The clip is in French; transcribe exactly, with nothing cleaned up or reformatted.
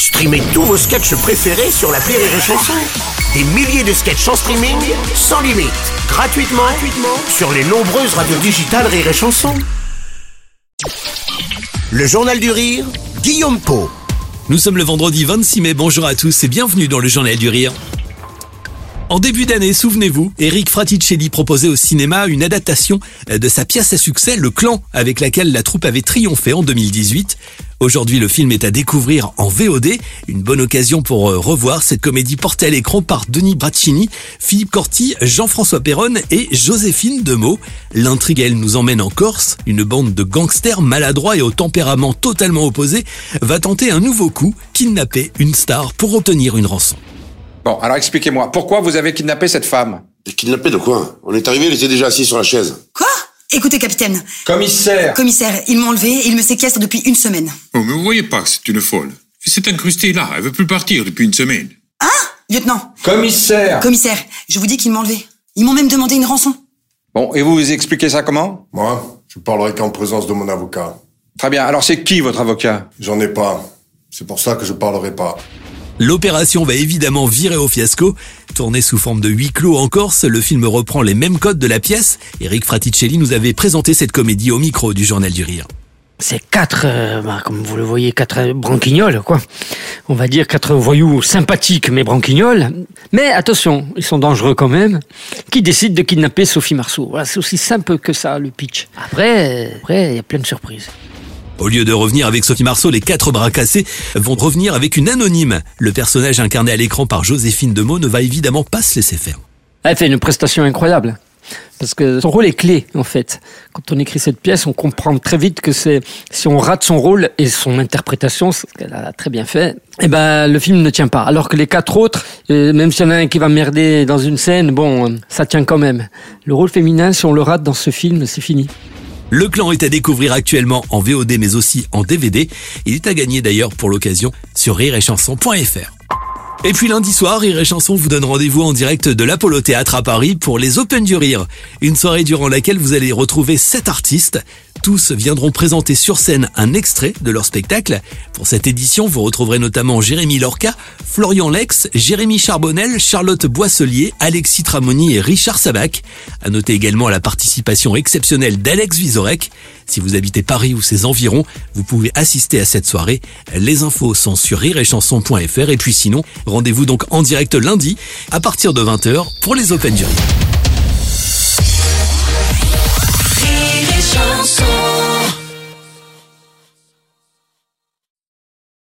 Streamez tous vos sketchs préférés sur l'appli Rire et Chanson. Des milliers de sketchs en streaming, sans limite, gratuitement, gratuitement sur les nombreuses radios digitales Rire et Chanson. Le Journal du Rire, Guillaume Pau. Nous sommes le vendredi vingt-six mai, bonjour à tous et bienvenue dans le Journal du Rire. En début d'année, souvenez-vous, Eric Fraticelli proposait au cinéma une adaptation de sa pièce à succès, Le Clan, avec laquelle la troupe avait triomphé en deux mille dix-huit. Aujourd'hui, le film est à découvrir en V O D, une bonne occasion pour revoir cette comédie portée à l'écran par Denis Bracchini, Philippe Corti, Jean-François Perronne et Joséphine Demeaux. L'intrigue, elle, nous emmène en Corse. Une bande de gangsters maladroits et au tempérament totalement opposé va tenter un nouveau coup, kidnapper une star pour obtenir une rançon. Bon, alors expliquez-moi, pourquoi vous avez kidnappé cette femme? Et kidnappé de quoi? On est arrivé, il était déjà assis sur la chaise. Quoi? Écoutez, capitaine. Commissaire! Commissaire, ils m'ont enlevé et ils me séquestrent depuis une semaine. Oh, mais vous voyez pas que c'est une folle. Elle s'est incrustée là, elle veut plus partir depuis une semaine. Hein? Lieutenant! Commissaire! Commissaire, je vous dis qu'ils m'ont enlevé. Ils m'ont même demandé une rançon. Bon, et vous vous expliquez ça comment? Moi, je parlerai qu'en présence de mon avocat. Très bien, alors c'est qui votre avocat? J'en ai pas. C'est pour ça que je parlerai pas. L'opération va évidemment virer au fiasco. Tourné sous forme de huis clos en Corse, le film reprend les mêmes codes de la pièce. Eric Fraticelli nous avait présenté cette comédie au micro du Journal du Rire. C'est quatre, euh, bah, comme vous le voyez, quatre branquignoles, quoi. On va dire quatre voyous sympathiques, mais branquignoles. Mais attention, ils sont dangereux quand même. Qui décide de kidnapper Sophie Marceau? Voilà, c'est aussi simple que ça, le pitch. Après, après, il y a plein de surprises. Au lieu de revenir avec Sophie Marceau, les quatre bras cassés vont revenir avec une anonyme. Le personnage incarné à l'écran par Joséphine Demeaux ne va évidemment pas se laisser faire. Elle fait une prestation incroyable. Parce que son rôle est clé, en fait. Quand on écrit cette pièce, on comprend très vite que c'est, si on rate son rôle et son interprétation, ce qu'elle a très bien fait, eh ben, le film ne tient pas. Alors que les quatre autres, euh, même s'il y en a un qui va merder dans une scène, bon, ça tient quand même. Le rôle féminin, si on le rate dans ce film, c'est fini. Le Clan est à découvrir actuellement en V O D mais aussi en D V D. Il est à gagner d'ailleurs pour l'occasion sur rire et chanson point f r. Et puis lundi soir, Rire et Chanson vous donne rendez-vous en direct de l'Apollo Théâtre à Paris pour les Open du Rire. Une soirée durant laquelle vous allez retrouver sept artistes. Tous viendront présenter sur scène un extrait de leur spectacle. Pour cette édition, vous retrouverez notamment Jérémy Lorca, Florian Lex, Jérémy Charbonnel, Charlotte Boisselier, Alexis Tramoni et Richard Sabac. À noter également la participation exceptionnelle d'Alex Vizorek. Si vous habitez Paris ou ses environs, vous pouvez assister à cette soirée. Les infos sont sur rire et chanson point f r et puis sinon, rendez-vous donc en direct lundi à partir de vingt heures pour les Open du Rire. Rire et chanson.